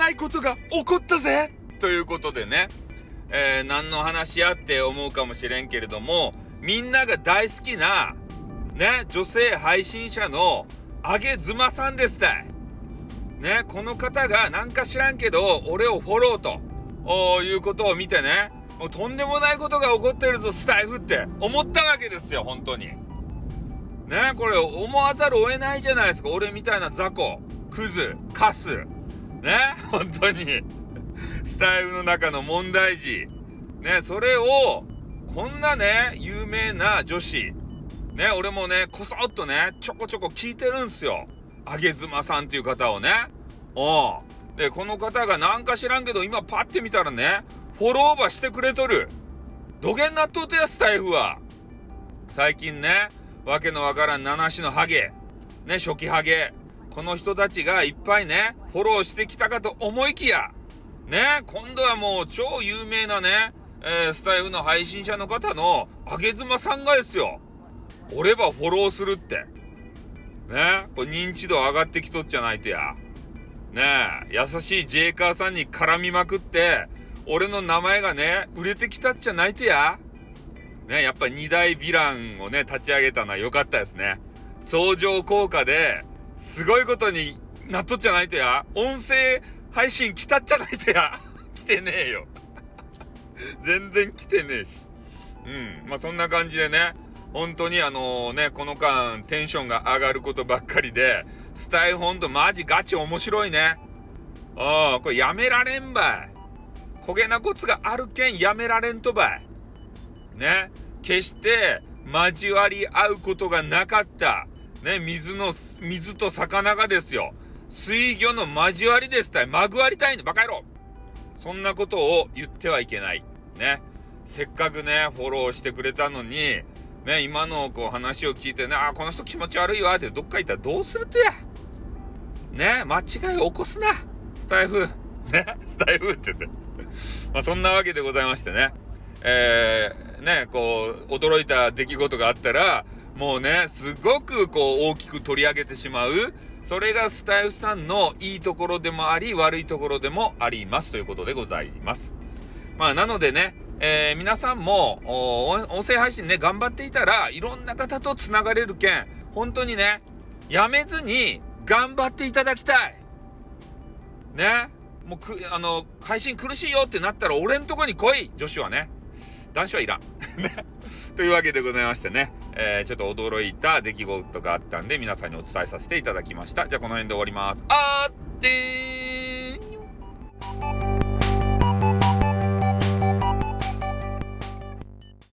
ないことが起こったぜということでね、何の話やって思うかもしれんけれども、みんなが大好きなね、女性配信者のあげずまさんですたいね。この方がなんか知らんけど俺をフォローということを見てね、もうとんでもないことが起こってるぞスタイフって思ったわけですよ。本当にね、これ思わざるを得ないじゃないですか。俺みたいな雑魚、クズ、カスね、本当にスタイフの中の問題児ね、それをこんなね有名な女子ね、俺もねこそっとねちょこちょこ聞いてるんすよ、あげずまさんっていう方をね。でこの方がなんか知らんけど今パッて見たらね、フォローバーしてくれとる。どげんなっとうとやスタイフは。最近ね、わけのわからん七種のハゲね、初期ハゲ、この人たちがいっぱいねフォローしてきたかと思いきやね、今度はもう超有名なね、スタイフの配信者の方のあげずまさんがですよ、俺ばフォローするってね、これ認知度上がってきとっちゃないとやね。優しいジェイカーさんに絡みまくって俺の名前がね売れてきたっちゃないとやね。やっぱ二大ヴィランをね立ち上げたのは良かったですね。相乗効果ですごいことになっとっちゃないとや。音声配信来たっちゃないとや来てねえよ全然来てねえし。まあそんな感じでね、本当にねこの間テンションが上がることばっかりで、スタイフほんとマジガチ面白いね。これやめられんばい。焦げなコツがあるけんやめられんとばいね。決して交わり合うことがなかったね、水と魚がですよ、水魚の交わりですたい。まぐわりたいんだバカ野郎。そんなことを言ってはいけないね。せっかくねフォローしてくれたのにね、今のこう話を聞いてね、この人気持ち悪いわってどっか行ったらどうするとやね。間違いを起こすなスタイフね、スタイフって言ってまあそんなわけでございましてね、こう驚いた出来事があったらもうねすごくこう大きく取り上げてしまう、それがスタイフさんのいいところでもあり悪いところでもありますということでございます。まあなのでね、皆さんも音声配信ね頑張っていたらいろんな方とつながれるけん、本当にねやめずに頑張っていただきたいね。もう配信苦しいよってなったら俺んとこに来い。女子はね、男子はいらんねというわけでございましてね、ちょっと驚いた出来事があったんで皆さんにお伝えさせていただきました。じゃあこの辺で終わります。あーってー。